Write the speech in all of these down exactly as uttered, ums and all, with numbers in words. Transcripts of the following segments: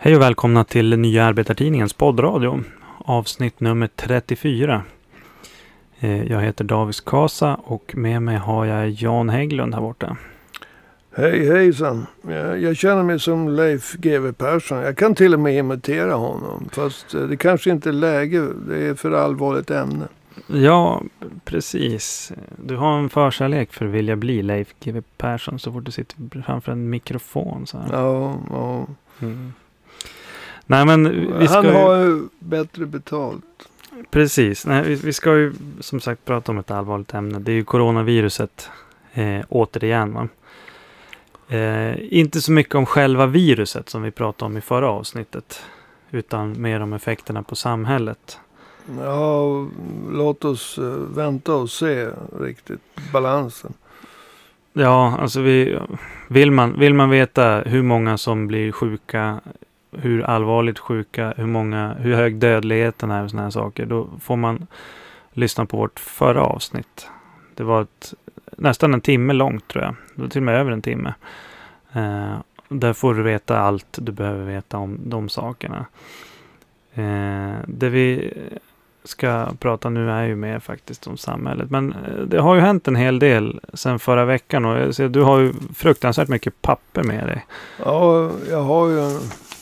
Hej och välkomna till Nya Arbetartidningens poddradio, avsnitt nummer trettiofyra. Jag heter Davis Kasa och med mig har jag Jan Hägglund här borta. Hej hejsan, jag, jag känner mig som Leif G W Persson. Jag kan till och med imitera honom, fast det kanske inte är läge, det är för allvarligt ämne. Ja, precis. Du har en förkärlek för att vilja bli Leif G W Persson så fort du sitter framför en mikrofon. Så här. Ja, ja. Mm. Nej, men vi ska Han ju... har ju bättre betalt. Precis. Nej, vi, vi ska ju som sagt prata om ett allvarligt ämne. Det är ju coronaviruset eh, återigen. Va? Eh, inte så mycket om själva viruset som vi pratade om i förra avsnittet. Utan mer om effekterna på samhället. Ja, låt oss uh, vänta och se riktigt balansen. Ja, alltså vi, vill, man, vill man veta hur många som blir sjuka, hur allvarligt sjuka, hur, många, hur hög dödligheten är och såna här saker, då får man lyssna på vårt förra avsnitt. Det var ett, nästan en timme långt tror jag. Det var till och med över en timme. Eh, där får du veta allt du behöver veta om de sakerna. Eh, det vi ska prata nu är ju mer faktiskt om samhället. Men det har ju hänt en hel del sedan förra veckan. Och jag ser, du har ju fruktansvärt mycket papper med dig. Ja, jag har ju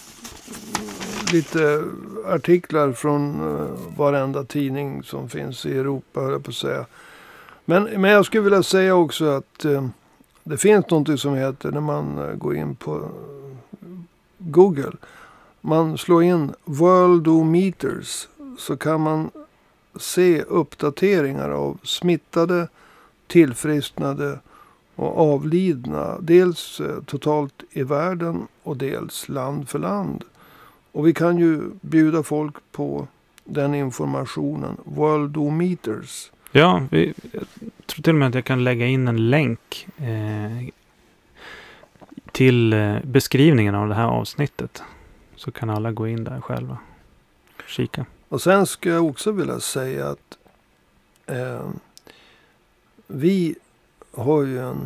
lite artiklar från varenda tidning som finns i Europa, höll jag på att säga. Men, men jag skulle vilja säga också att eh, det finns något som heter när man går in på Google. Man slår in Worldometers så kan man se uppdateringar av smittade, tillfrisknade och avlidna. Dels eh, totalt i världen och dels land för land. Och vi kan ju bjuda folk på den informationen. Worldometers. Ja, vi, jag tror till och med att jag kan lägga in en länk eh, till eh, beskrivningen av det här avsnittet. Så kan alla gå in där själva och kika. Och sen ska jag också vilja säga att eh, vi har ju en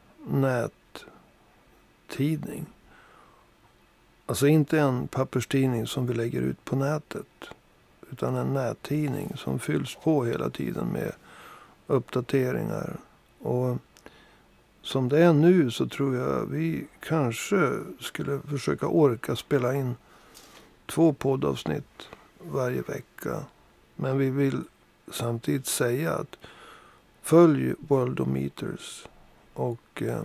nättidning. Alltså inte en papperstidning som vi lägger ut på nätet. Utan en nättidning som fylls på hela tiden med uppdateringar. Och som det är nu så tror jag vi kanske skulle försöka orka spela in två poddavsnitt varje vecka. Men vi vill samtidigt säga att följ Worldometers och eh,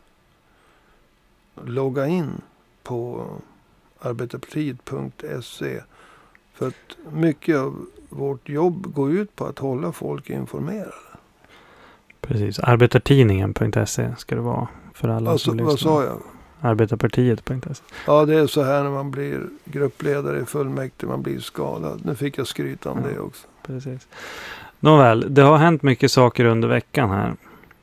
logga in på arbetarpartiet punkt se. För att mycket av vårt jobb går ut på att hålla folk informerade. Precis, arbetartidningen punkt se ska det vara för alla alltså, som lyssnar. Vad sa jag? arbetarpartiet punkt se. Ja, det är så här när man blir gruppledare i fullmäktige, man blir skadad. Nu fick jag skryta om ja, det också. Precis. Nåväl, det har hänt mycket saker under veckan här.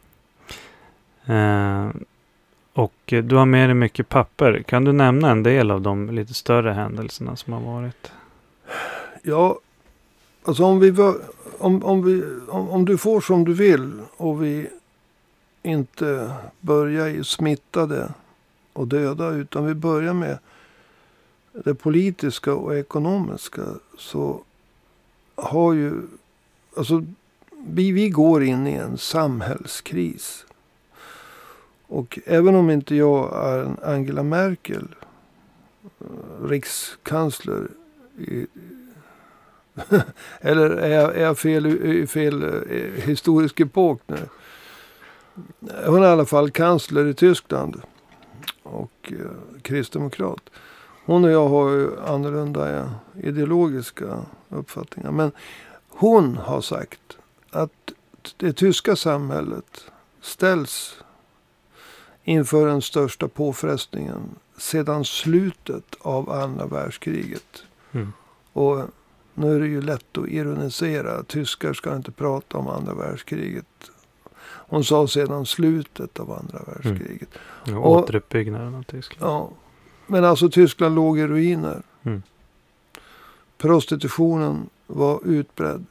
Eh, och du har med dig mycket papper. Kan du nämna en del av de lite större händelserna som har varit? Ja, alltså om vi, om, om, vi om, om du får som du vill och vi inte börjar i smittade och döda utan vi börjar med det politiska och ekonomiska, så har ju alltså vi, vi går in i en samhällskris. Och även om inte jag är en Angela Merkel, rikskansler i, eller är jag, är jag fel i fel eh, historisk epok nu. Hon är i alla fall kansler i Tyskland och eh, kristdemokrat. Hon och jag har ju annorlunda ja, ideologiska uppfattningar. Men hon har sagt att det tyska samhället ställs inför den största påfrestningen sedan slutet av andra världskriget. Mm. Och nu är det ju lätt att ironisera. Tyskar ska inte prata om andra världskriget. Hon sa sedan slutet av andra världskriget. Mm. Och återuppbyggnaden av Tyskland. Ja. Men alltså Tyskland låg i ruiner. Mm. Prostitutionen var utbredd.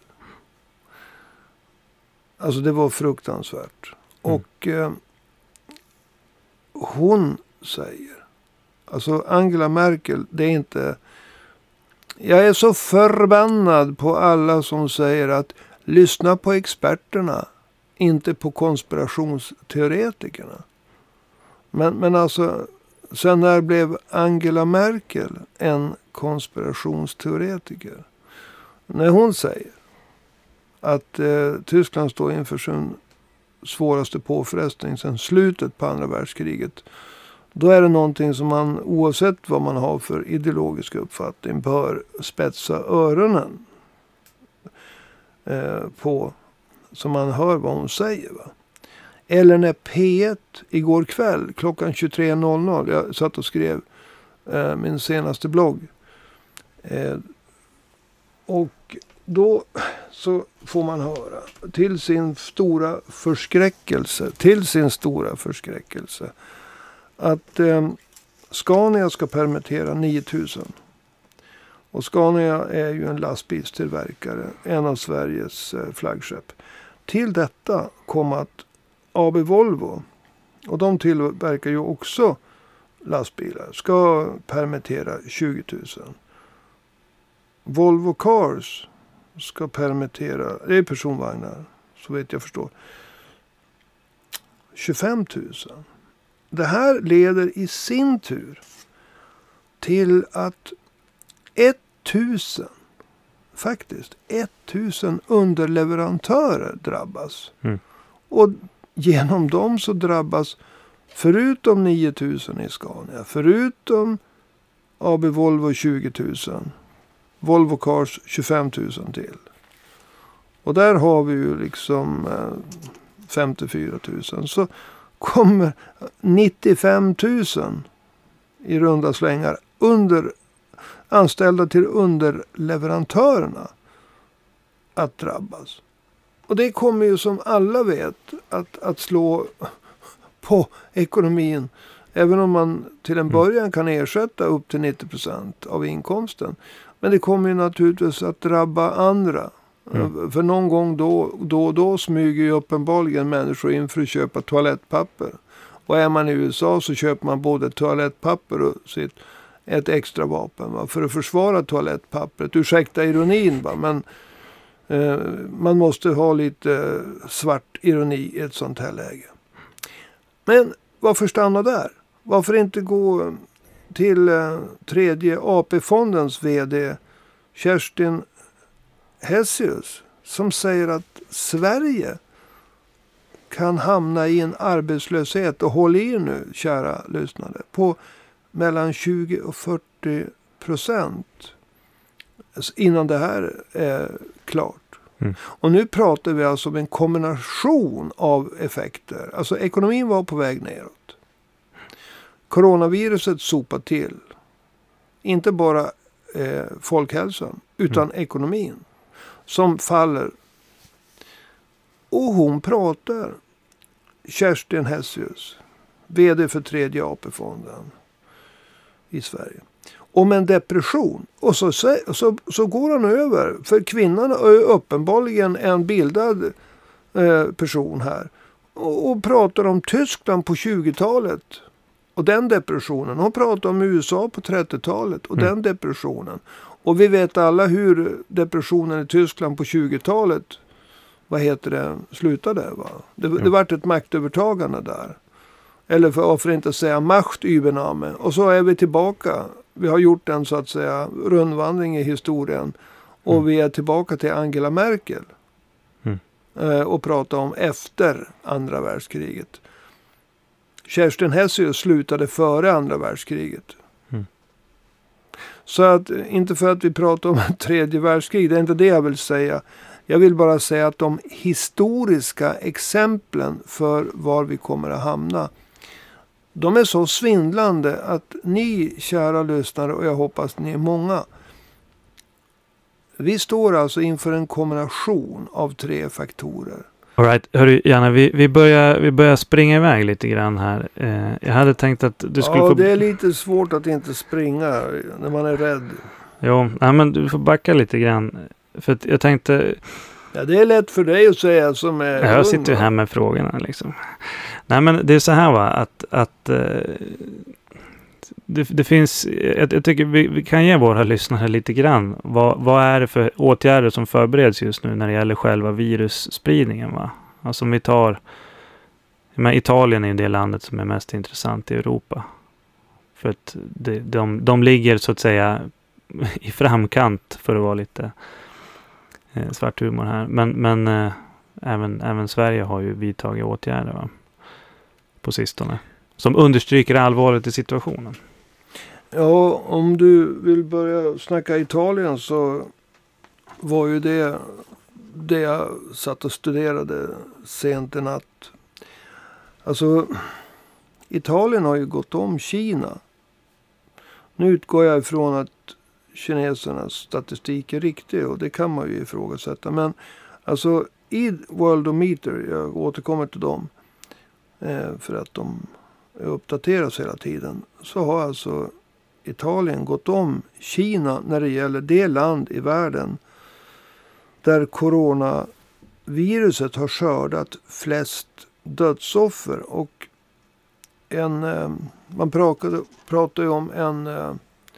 Alltså det var fruktansvärt. Mm. Och eh, hon säger Alltså Angela Merkel, det är inte... Jag är så förbannad på alla som säger att lyssna på experterna, inte på konspirationsteoretikerna. Men, men alltså, sen när blev Angela Merkel en konspirationsteoretiker? När hon säger att eh, Tyskland står inför sin svåraste påfrestning sedan slutet på andra världskriget, då är det någonting som man, oavsett vad man har för ideologisk uppfattning, bör spetsa öronen eh, på, så man hör vad hon säger. Va? Eller när P ett igår kväll klockan tjugotre noll noll, jag satt och skrev eh, min senaste blogg. Eh, och då så får man höra till sin stora förskräckelse, till sin stora förskräckelse, att eh, Scania ska permittera nio tusen. Och Scania är ju en lastbilstillverkare, en av Sveriges eh, flaggskepp. Till detta kom att A B Volvo, och de tillverkar ju också lastbilar, ska permittera tjugo tusen. Volvo Cars ska permittera, det är personvagnar, så vet jag förstår, tjugofem tusen. Det här leder i sin tur till att tusen, faktiskt tusen underleverantörer drabbas. Mm. Och genom dem så drabbas, förutom nio tusen i Scania, förutom A B Volvo tjugo tusen, Volvo Cars tjugofem tusen till. Och där har vi ju liksom eh, femtiofyra tusen. Så kommer nittiofem tusen i runda slängar under, anställda till underleverantörerna att drabbas. Och det kommer ju, som alla vet, att, att slå på ekonomin. Även om man till en början kan ersätta upp till nittio procent av inkomsten. Men det kommer ju naturligtvis att drabba andra. Mm. För någon gång då, då och då smyger ju uppenbarligen människor in för att köpa toalettpapper. Och är man i U S A så köper man både toalettpapper och sitt, ett extra vapen, va? För att försvara toalettpappret. Ursäkta ironin, va? Men eh, man måste ha lite eh, svart ironi i ett sånt här läge. Men varför stanna där? Varför inte gå till eh, tredje A P-fondens vd Kerstin Hessius, som säger att Sverige kan hamna i en arbetslöshet, och håll i nu, kära lyssnare, på mellan tjugo och fyrtio procent innan det här är klart. Mm. Och nu pratar vi alltså om en kombination av effekter. Alltså ekonomin var på väg neråt. Coronaviruset sopar till. Inte bara eh, folkhälsan, utan mm. ekonomin som faller. Och hon pratar, Kerstin Hessius, vd för tredje A P-fonden i Sverige, om en depression. Och så, så, så går han över, för kvinnan är uppenbarligen en bildad eh, person här, och, och pratar om Tyskland på tjugotalet och den depressionen. Hon pratar om U S A på trettiotalet och mm. den depressionen. Och vi vet alla hur depressionen i Tyskland på tjugotalet, vad heter det, slutade, va? Det, mm. det vart ett maktövertagande där. Eller för att inte säga Machtübernahme. Och så är vi tillbaka. Vi har gjort en, så att säga, rundvandring i historien. Och mm. vi är tillbaka till Angela Merkel. Mm. Eh, och pratar om efter andra världskriget. Kerstin Hessius slutade före andra världskriget. Mm. Så att, inte för att vi pratar om ett tredje världskrig, det är inte det jag vill säga. Jag vill bara säga att de historiska exemplen för var vi kommer att hamna, de är så svindlande att ni, kära lyssnare, och jag hoppas ni är många, vi står alltså inför en kombination av tre faktorer. All right, hörru Janne, vi, vi, börjar, vi börjar springa iväg lite grann här. Eh, jag hade tänkt att du skulle ja, få... det är lite svårt att inte springa när man är rädd. Jo, nej, men du får backa lite grann. För att jag tänkte... Ja, det är lätt för dig att säga som är... Jag sitter ju här med frågorna liksom. Nej, men det är så här, va, att, att eh, det, det finns, jag, jag tycker vi, vi kan ge våra lyssnare lite grann. Vad, vad är det för åtgärder som förbereds just nu när det gäller själva virusspridningen, va? Alltså om vi tar, men Italien är ju det landet som är mest intressant i Europa. För att de, de, de ligger så att säga i framkant, för att vara lite eh, svart humor här. Men, men eh, även, även Sverige har ju vidtagit åtgärder, va? På sistone. Som understryker allvaret i situationen. Ja, om du vill börja snacka Italien så var ju det det jag satt och studerade sent i natt. Alltså, Italien har ju gått om Kina. Nu utgår jag ifrån att kinesernas statistik är riktig och det kan man ju ifrågasätta. Men alltså i Worldometer, jag återkommer till dem eh, för att de uppdateras hela tiden, så har alltså Italien gått om Kina när det gäller det land i världen där coronaviruset har skördat flest dödsoffer. Och en, eh, man pratade, pratade ju om en eh,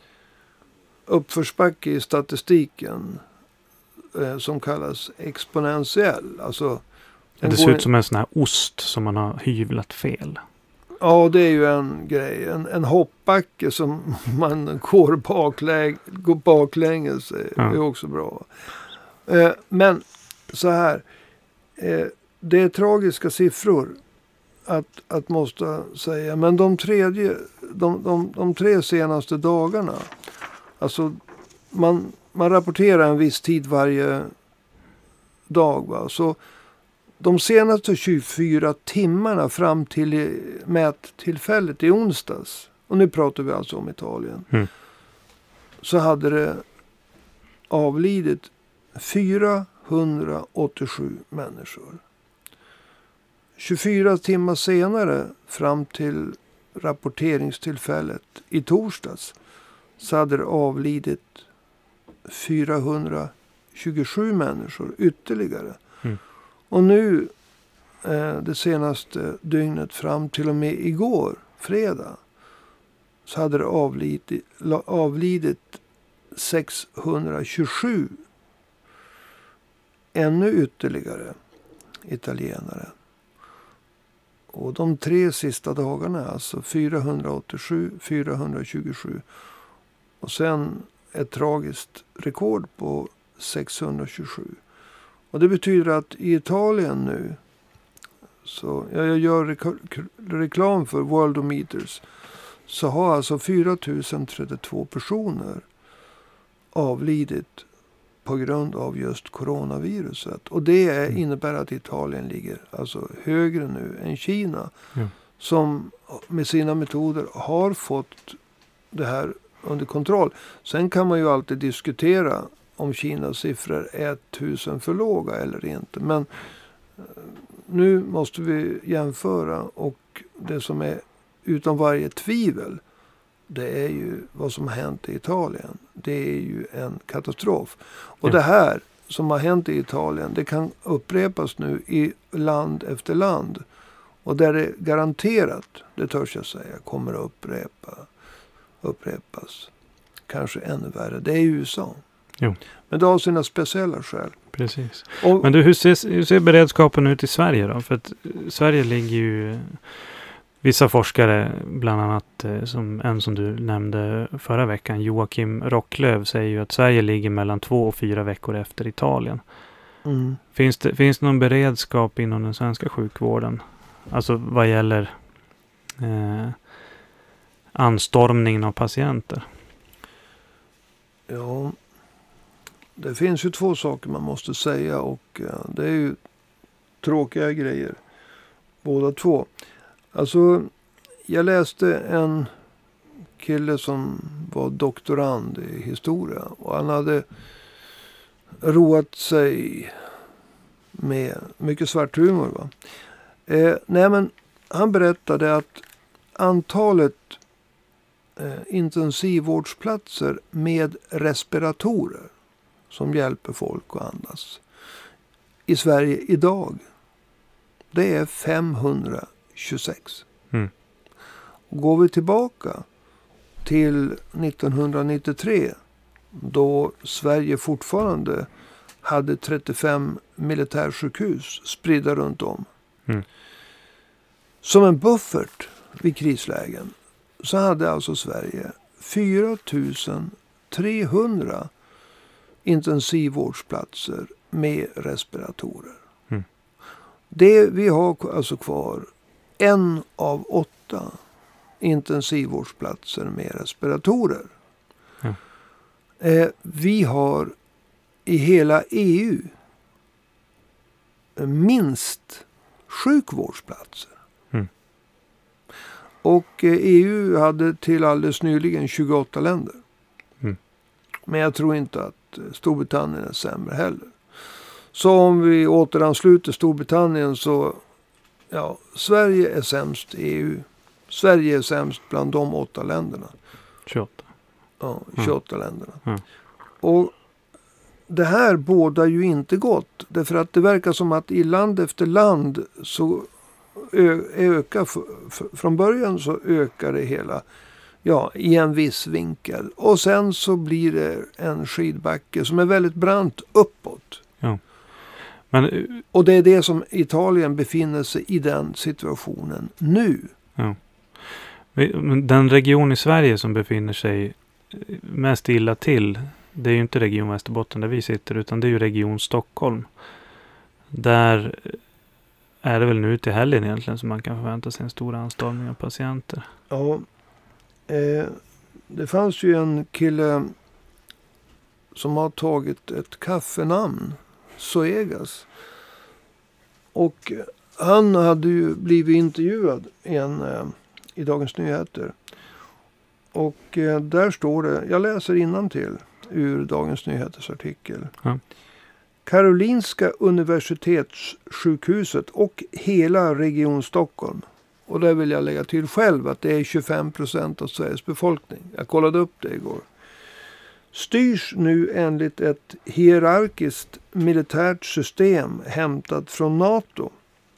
uppförsbacke i statistiken eh, som kallas exponentiell. Alltså, det ser ut som en sån här ost som man har hyvlat fel. Ja, det är ju en grej. En, en hoppbacke som man går, bakläng, går baklänges är, ja. är också bra. Eh, men så här. Eh, det är tragiska siffror att, att måste säga. Men de, tredje, de, de, de tre senaste dagarna. Alltså man, man rapporterar en viss tid varje dag. Va? Så de senaste tjugofyra timmarna fram till mättillfället i onsdags, och nu pratar vi alltså om Italien, mm. så hade det avlidit fyrahundraåttiosju människor. tjugofyra timmar senare fram till rapporteringstillfället i torsdags så hade det avlidit fyrahundratjugosju människor ytterligare. Mm. Och nu, eh, det senaste dygnet fram till och med igår, fredag, så hade det avlidit, avlidit sexhundratjugosju ännu ytterligare italienare. Och de tre sista dagarna, alltså fyrahundraåttiosju, fyrahundratjugosju. Och sen ett tragiskt rekord på sexhundratjugosju. Och det betyder att i Italien nu, så jag gör rek- reklam för Worldometers, så har alltså fyra tusen trettiotvå personer avlidit på grund av just coronaviruset. Och det är, mm. innebär att Italien ligger alltså högre nu än Kina. Mm. Som med sina metoder har fått det här under kontroll. Sen kan man ju alltid diskutera om Kinas siffror är tusen för låga eller inte. Men nu måste vi jämföra, och det som är utan varje tvivel, det är ju vad som har hänt i Italien. Det är ju en katastrof. Och ja. Det här som har hänt i Italien, det kan upprepas nu i land efter land. Och där det garanterat, det törs jag säga, kommer att upprepa, upprepas. Kanske ännu värre. Det är U S A. Jo. Men det har sina speciella skäl. Precis. Och, men du, hur ser, hur ser beredskapen ut i Sverige då? För att Sverige ligger ju... Vissa forskare, bland annat som en som du nämnde förra veckan, Joakim Rocklöv, säger ju att Sverige ligger mellan två och fyra veckor efter Italien. Mm. Finns det, finns det någon beredskap inom den svenska sjukvården? Alltså vad gäller eh, anstormningen av patienter? Ja, det finns ju två saker man måste säga, och uh, det är ju tråkiga grejer. Båda två. Alltså, jag läste en kille som var doktorand i historia. Och han hade roat sig med mycket svart humor. Va? Eh, nej men, han berättade att antalet eh, intensivvårdsplatser med respiratorer som hjälper folk att andas i Sverige idag, det är femhundratjugosex. Mm. Går vi tillbaka till nittonhundranittiotre, då Sverige fortfarande hade trettiofem militärsjukhus spridda runt om. Mm. Som en buffert vid krislägen så hade alltså Sverige fyra tusen trehundra intensivvårdsplatser med respiratorer. Mm. Det vi har alltså kvar en av åtta intensivvårdsplatser med respiratorer. Mm. Eh, vi har i hela E U minst sjukvårdsplatser. Mm. Och eh, E U hade till alldeles nyligen tjugoåtta länder. Mm. Men jag tror inte att Storbritannien är sämre heller. Så om vi återansluter Storbritannien så, ja, Sverige är sämst i E U. Sverige är sämst bland de åtta länderna. tjugoåtta. Ja, tjugoåtta mm. länderna. Mm. Och det här bådar ju inte gott. Därför att det verkar som att i land efter land så ö- ökar, f- f- från början så ökar det hela, ja, i en viss vinkel. Och sen så blir det en skidbacke som är väldigt brant uppåt. Ja. Men, och det är det som Italien befinner sig i den situationen nu. Ja. Den region i Sverige som befinner sig mest illa till, det är ju inte region Västerbotten där vi sitter, utan det är ju region Stockholm. Där är det väl nu till helgen egentligen som man kan förvänta sig en stor anstormning av patienter. Ja, eh, det fanns ju en kille som har tagit ett kaffenamn, Zoegas. Och han hade ju blivit intervjuad i, en, eh, i Dagens Nyheter. Och eh, där står det, jag läser innantill ur Dagens Nyheters artikel. Ja. Karolinska universitetssjukhuset och hela region Stockholm. Och där vill jag lägga till själv att det är tjugofem procent av Sveriges befolkning. Jag kollade upp det igår. Styrs nu enligt ett hierarkiskt militärt system hämtat från NATO.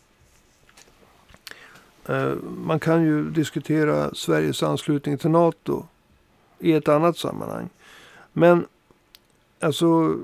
Eh, man kan ju diskutera Sveriges anslutning till NATO i ett annat sammanhang. Men alltså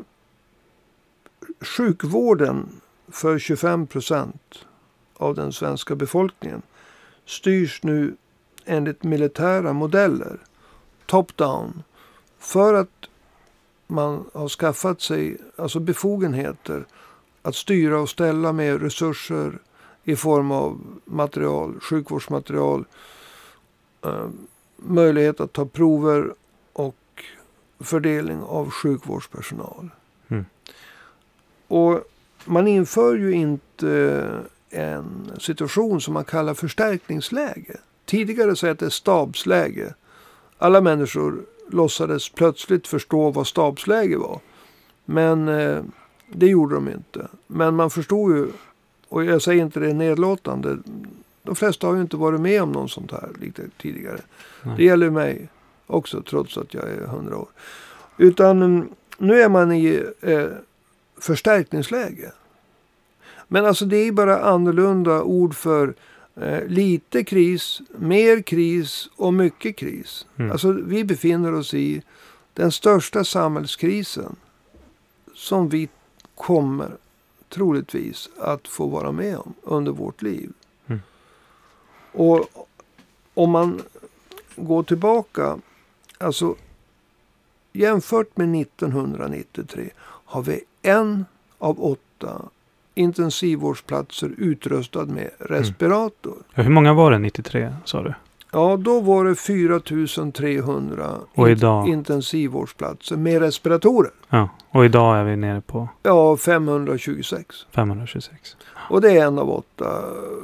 sjukvården för tjugofem procent av den svenska befolkningen styrs nu enligt militära modeller, top-down, för att man har skaffat sig alltså befogenheter att styra och ställa med resurser i form av material, sjukvårdsmaterial, eh, möjlighet att ta prover och fördelning av sjukvårdspersonal. Mm. Och man inför ju inte en situation som man kallar förstärkningsläge. Tidigare så hette det stabsläge. Alla människor låtsades plötsligt förstå vad stabsläge var. Men eh, det gjorde de inte. Men man förstod ju, och jag säger inte det nedlåtande, de flesta har ju inte varit med om något sånt här lite tidigare. Nej. Det gäller mig också, trots att jag är hundra år. Utan nu är man i eh, förstärkningsläge. Men alltså det är bara annorlunda ord för eh, lite kris, mer kris och mycket kris. Mm. Alltså vi befinner oss i den största samhällskrisen som vi kommer troligtvis att få vara med om under vårt liv. Mm. Och om man går tillbaka, alltså jämfört med nittonhundranittiotre har vi en av åtta intensivvårdsplatser utrustad med respirator. Mm. Ja, hur många var det nittiotre, sa du? Ja, då var det fyra tusen trehundra och idag? intensivvårdsplatser med respiratorer. Ja, och idag är vi nere på? Ja, femhundratjugosex. femhundratjugosex. Och det är en av åtta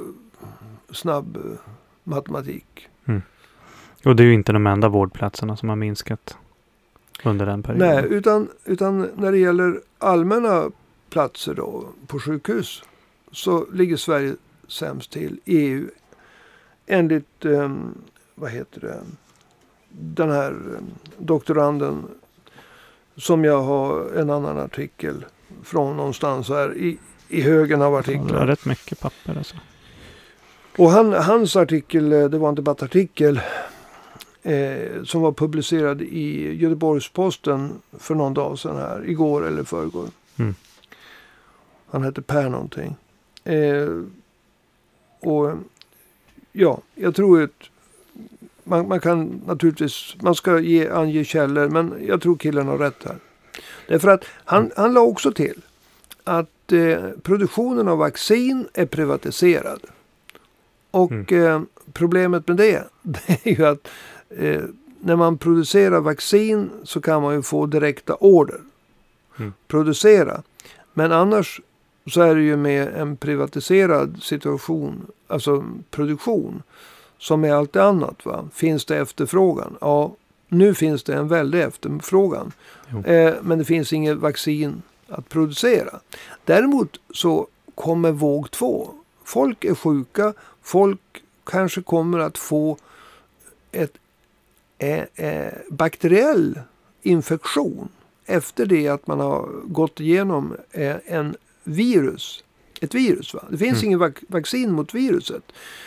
snabb matematik. Mm. Och det är ju inte de enda vårdplatserna som har minskat under den perioden. Nej, utan, utan när det gäller allmänna platser då på sjukhus så ligger Sverige sämst till i E U. Enligt, um, vad heter det, den här um, doktoranden som jag har en annan artikel från någonstans här i, i högen av artiklar. Det är rätt mycket papper alltså. Och han, hans artikel, det var en debattartikel eh, som var publicerad i Göteborgs-Posten för någon dag sedan här. Igår eller förrgår. Mm. Han heter Per någonting. Eh, och ja, jag tror att man, man kan naturligtvis, man ska ge, ange källor, men jag tror killen har rätt här. Därför att han, mm. han la också till att eh, produktionen av vaccin är privatiserad. Och mm. eh, problemet med det, det är ju att eh, när man producerar vaccin så kan man ju få direkta order. Mm. Producera. Men annars så är det ju med en privatiserad situation, alltså produktion, som är allt annat. Va? Finns det efterfrågan? Ja, nu finns det en väldig efterfrågan. Eh, men det finns inget vaccin att producera. Däremot så kommer våg två. Folk är sjuka. Folk kanske kommer att få ett eh, eh, bakteriell infektion efter det att man har gått igenom eh, en virus. Ett virus, va? Det finns mm. ingen vac- vaccin mot viruset.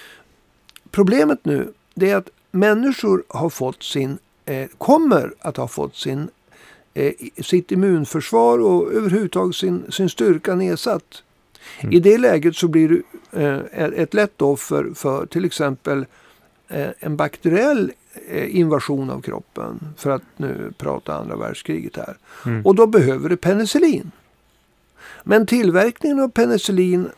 Problemet nu det är att människor har fått sin, eh, kommer att ha fått sin, eh, sitt immunförsvar och överhuvudtaget sin, sin styrka nedsatt. Mm. I det läget så blir du eh, ett lätt offer för till exempel eh, en bakteriell eh, invasion av kroppen. För att nu prata andra världskriget här. Mm. Och då behöver du penicillin. Men tillverkningen av penicillin,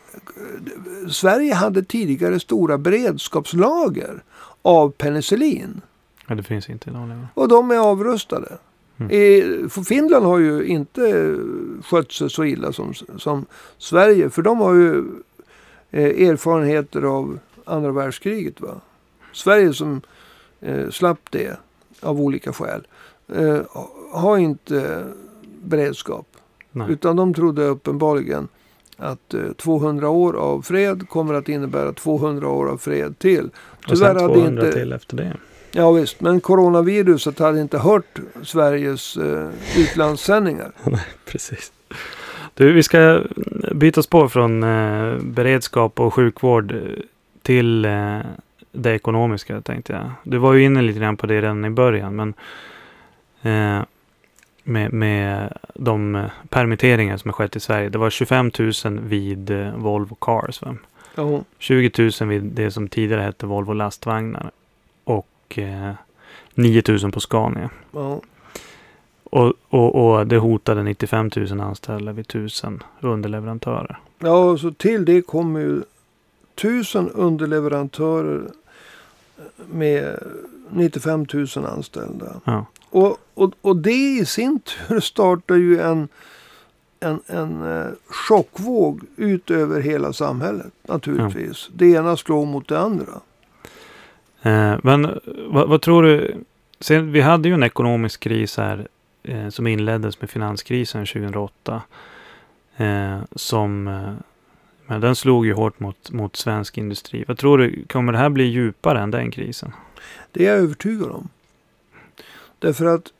Sverige hade tidigare stora beredskapslager av penicillin. Ja, det finns inte idag längre. Och de är avrustade. Mm. I, Finland har ju inte skött sig så illa som, som Sverige. För de har ju eh, erfarenheter av andra världskriget. Va? Sverige som eh, slapp det av olika skäl eh, har inte beredskap. Nej. Utan de trodde uppenbarligen att eh, tvåhundra år av fred kommer att innebära tvåhundra år av fred till. Och sen tvåhundra inte, till efter det. Ja visst, men coronaviruset hade inte hört Sveriges eh, utlandssändningar. Nej, precis. Du, vi ska byta spår från eh, beredskap och sjukvård till eh, det ekonomiska, tänkte jag. Du var ju inne lite grann på det redan i början, men eh, Med, med de permitteringar som har skett i Sverige. Det var tjugofem tusen vid eh, Volvo Cars. Va? Oh. tjugo tusen vid det som tidigare hette Volvo Lastvagnar. Och eh, nio tusen på Scania. Oh. Och, och, och det hotade nittiofem tusen anställda vid tusen underleverantörer. Ja, så till det kommer ju tusen underleverantörer med nittiofem tusen anställda. Ja. Och, och, och det i sin tur startar ju en, en, en eh, chockvåg ut över hela samhället naturligtvis. Ja. Det ena slår mot det andra. Eh, men vad, vad tror du? Sen, vi hade ju en ekonomisk kris här eh, som inleddes med finanskrisen tjugohundraåtta. Eh, som, eh, men den slog ju hårt mot, mot svensk industri. Vad tror du? Kommer det här bli djupare än den krisen? Det är jag övertygad om. Därför att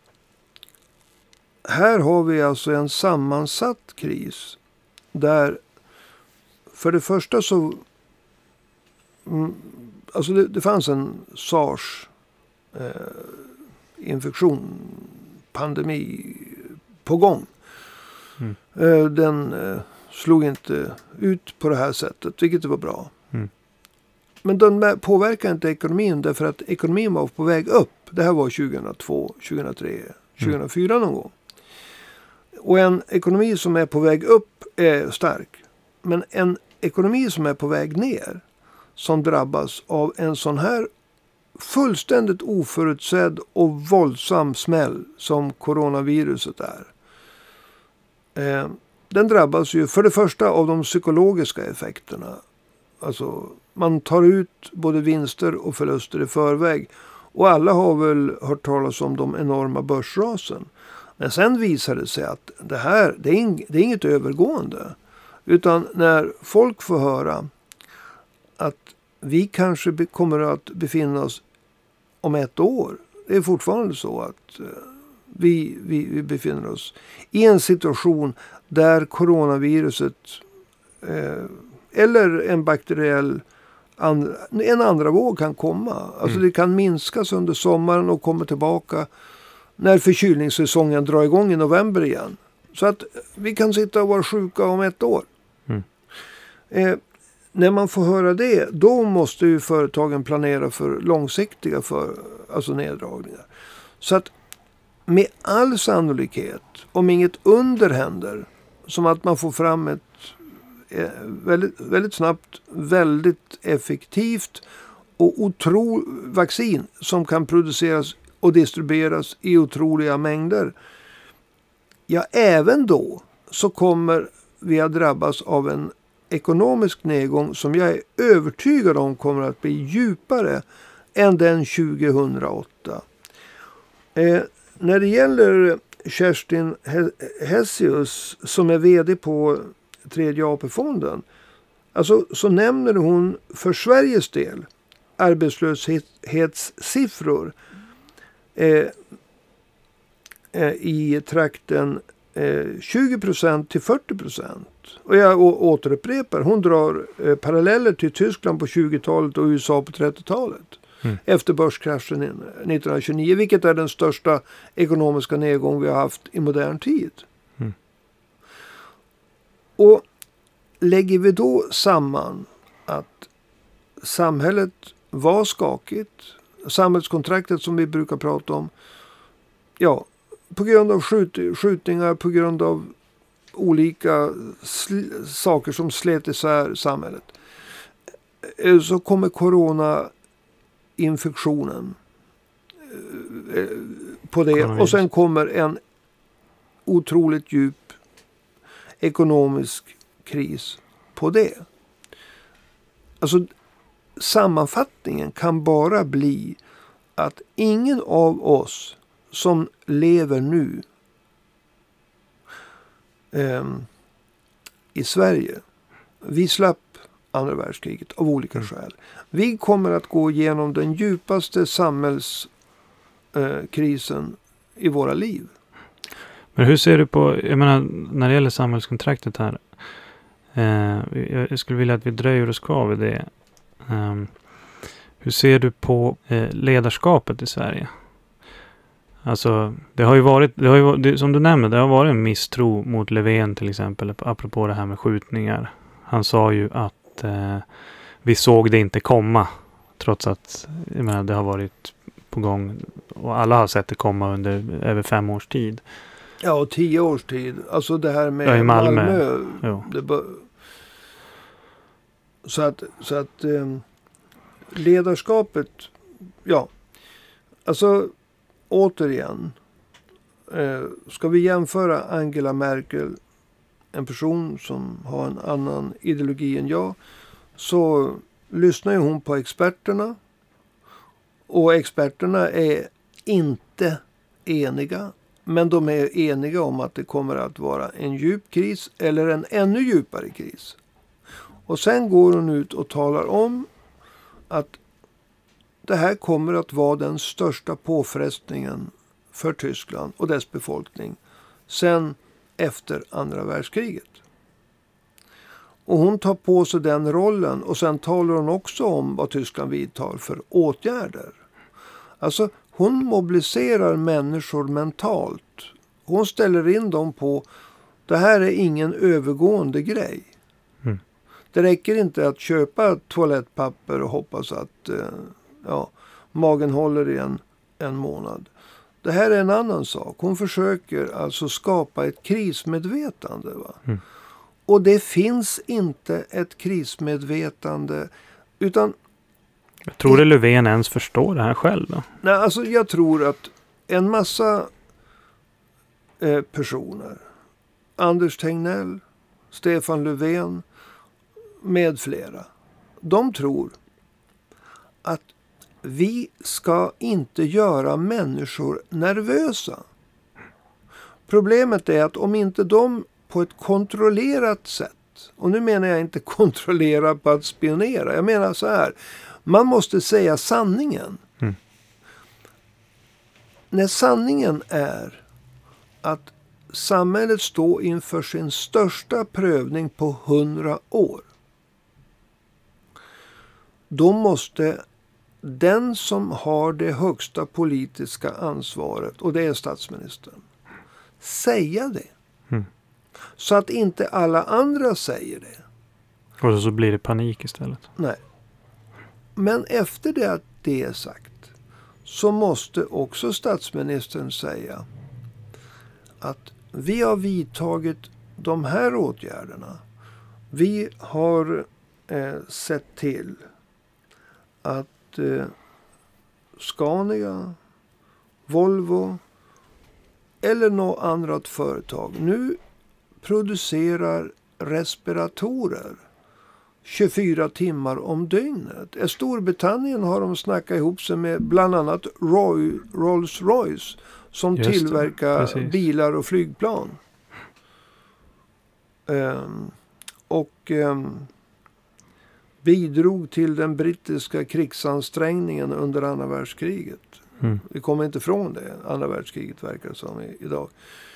här har vi alltså en sammansatt kris där för det första så mm, alltså det, det fanns en SARS eh, infektion, pandemi på gång. Mm. Eh, den eh, slog inte ut på det här sättet, vilket var bra. Mm. Men den påverkar inte ekonomin därför att ekonomin var på väg upp. Det här var tjugohundratvå, tjugohundratre, tjugohundrafyra mm. någon gång. Och en ekonomi som är på väg upp är stark. Men en ekonomi som är på väg ner, som drabbas av en sån här fullständigt oförutsedd och våldsam smäll som coronaviruset är. Eh, den drabbas ju för det första av de psykologiska effekterna. Alltså man tar ut både vinster och förluster i förväg. Och alla har väl hört talas om de enorma börsrasen. Men sen visar det sig att det här det är, ing, det är inget övergående. Utan när folk får höra att vi kanske be, kommer att befinna oss om ett år. Det är fortfarande så att uh, vi, vi, vi befinner oss i en situation där coronaviruset uh, eller en bakteriell and, en andra våg kan komma. Alltså mm. det kan minskas under sommaren och komma tillbaka när förkylningssäsongen drar igång i november igen. Så att vi kan sitta och vara sjuka om ett år. Mm. Eh, när man får höra det, då måste ju företagen planera för långsiktiga för, alltså neddragningar. Så att med all sannolikhet, om inget under händer, som att man får fram ett eh, väldigt, väldigt snabbt, väldigt effektivt och otro vaccin som kan produceras och distribueras i otroliga mängder. Ja, även då så kommer vi att drabbas av en ekonomisk nedgång som jag är övertygad om kommer att bli djupare än den tjugohundraåtta. Eh, när det gäller Kerstin Hessius som är vd på tredje A P-fonden, alltså, så nämner hon för Sveriges del arbetslöshetssiffror eh, eh, i trakten eh, tjugo procent till fyrtio procent. Och jag å- återupprepar, hon drar eh, paralleller till Tyskland på tjugotalet och U S A på trettiotalet. Mm. Efter börskraschen nittonhundratjugonio, vilket är den största ekonomiska nedgång vi har haft i modern tid. Mm. Och lägger vi då samman att samhället var skakigt, samhällskontraktet som vi brukar prata om, ja, på grund av skjut- skjutningar, på grund av olika sl- saker som slet isär samhället, så kommer coronainfektionen på det. Och sen kommer en otroligt djup ekonomisk kris på det. Alltså sammanfattningen kan bara bli att ingen av oss som lever nu eh, i Sverige, vi slapp andra världskriget av olika skäl. Vi kommer att gå igenom den djupaste samhällskrisen eh, i våra liv. Men hur ser du på, jag menar, när det gäller samhällskontraktet här, eh, jag skulle vilja att vi dröjer oss kvar vid det. Um, hur ser du på eh, ledarskapet i Sverige? Alltså, det har ju varit, det har ju, det, som du nämnde, det har varit en misstro mot Löfven till exempel, apropå det här med skjutningar. Han sa ju att eh, vi såg det inte komma, trots att jag menar, det har varit på gång och alla har sett det komma under över fem års tid. Ja, och tio års tid. Alltså det här med ja, i Malmö. Malmö ja. det bör, så att, så att eh, ledarskapet, ja, alltså återigen, eh, ska vi jämföra Angela Merkel, en person som har en annan ideologi än jag, så lyssnar ju hon på experterna, och experterna är inte eniga, men de är eniga om att det kommer att vara en djup kris eller en ännu djupare kris. Och sen går hon ut och talar om att det här kommer att vara den största påfrestningen för Tyskland och dess befolkning sen efter andra världskriget. Och hon tar på sig den rollen, och sen talar hon också om vad Tyskland vidtar för åtgärder. Alltså hon mobiliserar människor mentalt. Hon ställer in dem på det här är ingen övergående grej. Mm. Det räcker inte att köpa toalettpapper och hoppas att eh, ja, magen håller i en, en månad. Det här är en annan sak. Hon försöker alltså skapa ett krismedvetande. Va? Mm. Och det finns inte ett krismedvetande, utan... Jag tror det Löfven ens förstår det här själv då? Nej, alltså jag tror att en massa eh, personer, Anders Tegnell, Stefan Löfven med flera, de tror att vi ska inte göra människor nervösa. Problemet är att om inte de på ett kontrollerat sätt, och nu menar jag inte kontrollera på att spionera, jag menar så här, man måste säga sanningen. Mm. När sanningen är att samhället står inför sin största prövning på hundra år. då måste den som har det högsta politiska ansvaret, och det är statsministern, säga det. Mm. Så att inte alla andra säger det. Och så blir det panik istället. Nej. Men efter det att det är sagt så måste också statsministern säga att vi har vidtagit de här åtgärderna. Vi har eh, sett till att eh, Scania, Volvo eller något annat företag nu producerar respiratorer tjugofyra timmar om dygnet. I Storbritannien har de snackat ihop sig med bland annat Roy, Rolls-Royce som Just tillverkar det, bilar och flygplan. Um, och um, bidrog till den brittiska krigsansträngningen under andra världskriget. Mm. Vi kommer inte ifrån det. Andra världskriget verkar som i, idag.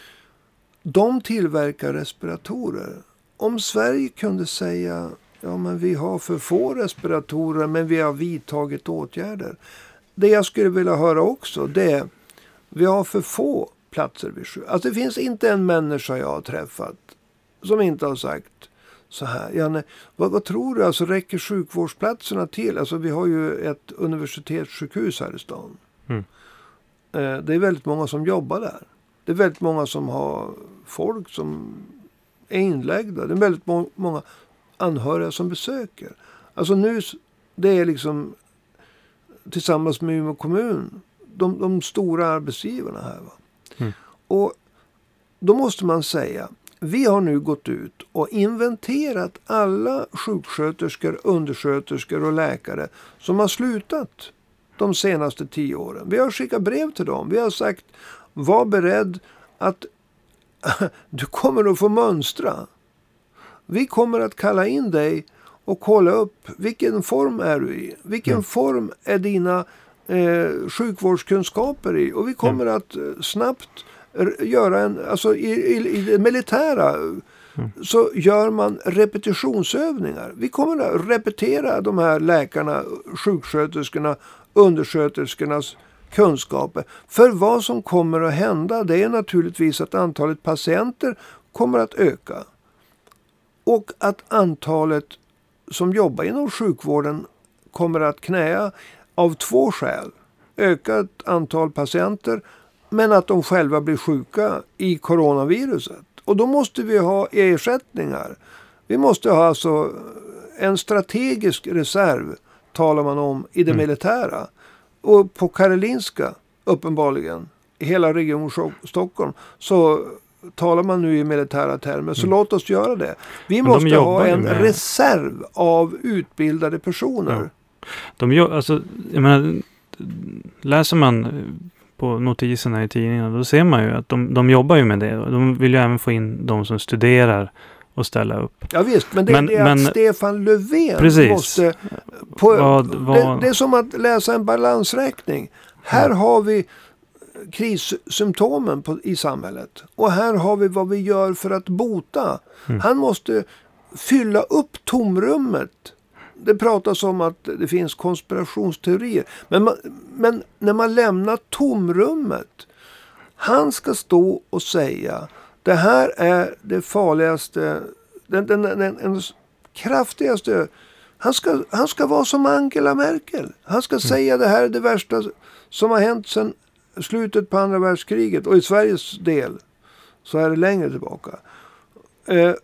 De tillverkar respiratorer. Om Sverige kunde säga ja, men vi har för få respiratorer men vi har vidtagit åtgärder. Det jag skulle vilja höra också det är vi har för få platser vid sjukhus. Alltså det finns inte en människa jag har träffat som inte har sagt så här. Janne, vad, vad tror du? Alltså räcker sjukvårdsplatserna till? Alltså vi har ju ett universitetssjukhus här i stan. Mm. Eh, det är väldigt många som jobbar där. Det är väldigt många som har folk som är inläggda. Det är väldigt må- många anhöriga som besöker. Alltså nu, det är liksom tillsammans med Umeå kommun de, de stora arbetsgivarna här. Va? Mm. Och då måste man säga, vi har nu gått ut och inventerat alla sjuksköterskor, undersköterskor och läkare som har slutat de senaste tio åren. Vi har skickat brev till dem. Vi har sagt, var beredd att du kommer att få mönstra. Vi kommer att kalla in dig och kolla upp vilken form är du i. Vilken mm. form är dina eh, sjukvårdskunskaper i. Och vi kommer mm. att eh, snabbt göra en, alltså i, i, i det militära mm. så gör man repetitionsövningar. Vi kommer att repetera de här läkarna, sjuksköterskorna, undersköterskornas kunskaper. För vad som kommer att hända det är naturligtvis att antalet patienter kommer att öka. Och att antalet som jobbar inom sjukvården kommer att knäa av två skäl. Ökat antal patienter men att de själva blir sjuka i coronaviruset. Och då måste vi ha ersättningar. Vi måste ha alltså en strategisk reserv talar man om i det mm. militära. Och på Karolinska uppenbarligen i hela region Stockholm så talar man nu i militära termer. Så mm. låt oss göra det. Vi Men måste ha en med... reserv av utbildade personer. Ja. De gör, alltså, jag menar, läser man på notiserna i tidningarna då ser man ju att de, de jobbar ju med det. De vill ju även få in de som studerar och ställa upp. Ja visst, men det men, är det men, att Stefan Löfven precis. måste... På, vad, vad... Det, det är som att läsa en balansräkning. Här ja. har vi krissymptomen på, i samhället. Och här har vi vad vi gör för att bota. Mm. Han måste fylla upp tomrummet. Det pratas om att det finns konspirationsteorier. Men, man, men när man lämnar tomrummet. Han ska stå och säga det här är det farligaste, den, den, den, den kraftigaste. Han ska, han ska vara som Angela Merkel. Han ska mm. säga det här är det värsta som har hänt sedan slutet på andra världskriget. Och i Sveriges del så är det längre tillbaka. Eh,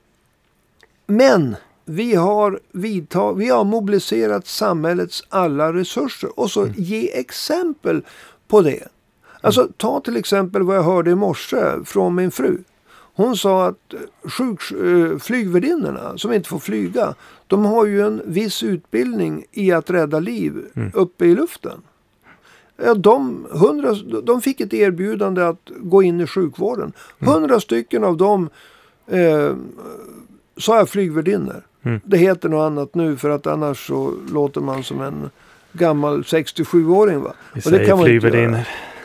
men vi har, vidtag, vi har mobiliserat samhällets alla resurser. Och så mm. ge exempel på det. Alltså ta till exempel vad jag hörde i morse från min fru. Hon sa att sjuk, flygvärdinnorna som inte får flyga, de har ju en viss utbildning i att rädda liv mm. uppe i luften. Ja, de, hundra, de fick ett erbjudande att gå in i sjukvården. Hundra mm. stycken av dem eh, sa jag flygvärdinnor. Mm. Det heter något annat nu för att annars så låter man som en gammal sextiosjuåring. Va? Vi säger flygvärdinnor.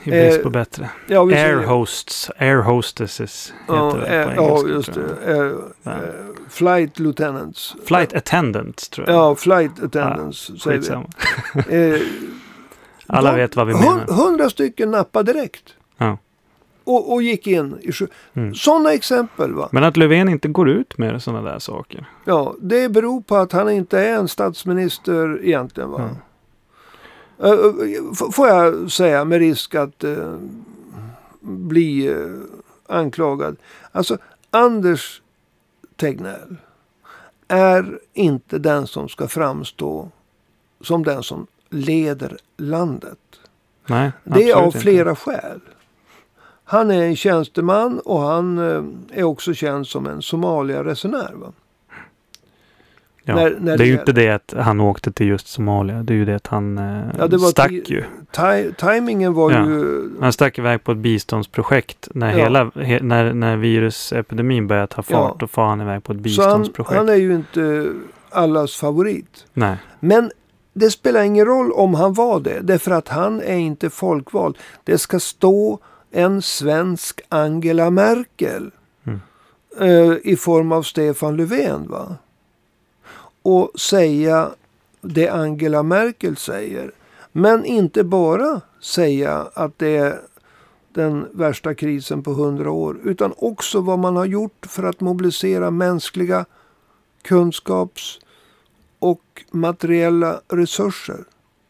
i brist Eh, på bättre. Ja, vi Air säger- hosts, air hostesses heter Ja, det eh, på engelska. ja, just tror det. jag. Eh, Ja. eh, flight lieutenants. Flight attendants tror jag. Ja, flight attendants säger Skitsamma. vi. Eh, Alla de- vet vad vi hun- menar. Hundra stycken nappade direkt. Ja. Och, och gick in i sjö. Mm. Sådana exempel va. Men att Löfven inte går ut med sådana där saker. Ja, det beror på att han inte är en statsminister egentligen va. Mm. Eh, eh, f- får jag säga med risk att eh, bli eh, anklagad. Alltså Anders Tegnell är inte den som ska framstå som den som leder landet. Nej, Det är av absolut flera inte. skäl. Han är en tjänsteman och han eh, är också känd som en Somalia-resenär. Va? Ja, när- när det är det ju gäller- inte det att han åkte till just Somalia. Det är ju det att han eh, Ja, det var stack ti- ju. Ti- timingen var Ja. ju... Han stack iväg på ett biståndsprojekt. När, Ja. hela, he, när, när virusepidemin började ta fart, Ja. då far han iväg på ett Så han, biståndsprojekt. han är ju inte allas favorit. Nej. Men det spelar ingen roll om han var det. Därför att han är inte folkvald. Det ska stå en svensk Angela Merkel. Mm. eh, I form av Stefan Löfven. Va? Och säga det Angela Merkel säger. Men inte bara säga att det är den värsta krisen på hundra år. Utan också vad man har gjort för att mobilisera mänskliga kunskaps- och materiella resurser.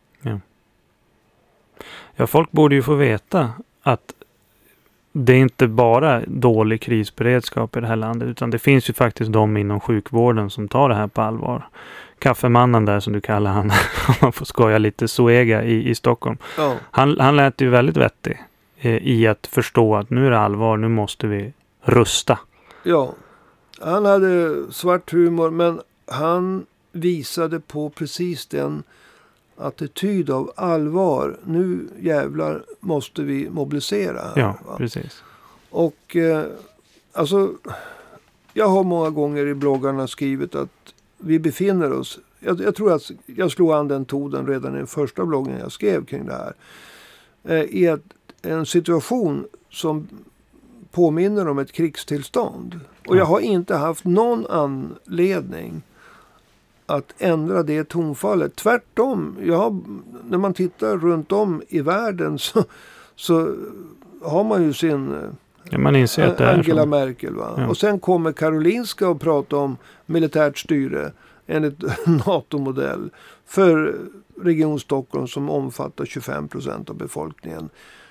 Ja, folk borde ju få veta att det är inte bara dålig krisberedskap i det här landet, utan det finns ju faktiskt de inom sjukvården som tar det här på allvar. Kaffemannen där som du kallar han, om man får skoja lite, Zoega i, i Stockholm. Ja. Han, han lät ju väldigt vettig eh, i att förstå att nu är det allvar, nu måste vi rusta. Ja, han hade svart humor men han visade på precis den attityd av allvar. Nu jävlar måste vi mobilisera. Här, Ja, va? precis. Och eh, alltså, jag har många gånger i bloggarna skrivit att vi befinner oss, jag, jag tror att jag slog an den tonen redan i den första bloggen jag skrev kring det här, eh, i ett, en situation som påminner om ett krigstillstånd. Och Ja. jag har inte haft någon anledning att ändra det tonfallet. Tvärtom, jag har, när man tittar runt om i världen så, så har man ju sin Ja, man inser att det är Angela så. Merkel. Va? Ja. Och sen kommer Karolinska och prata om militärt styre enligt NATO-modell för Region Stockholm som omfattar tjugofem procent av befolkningen.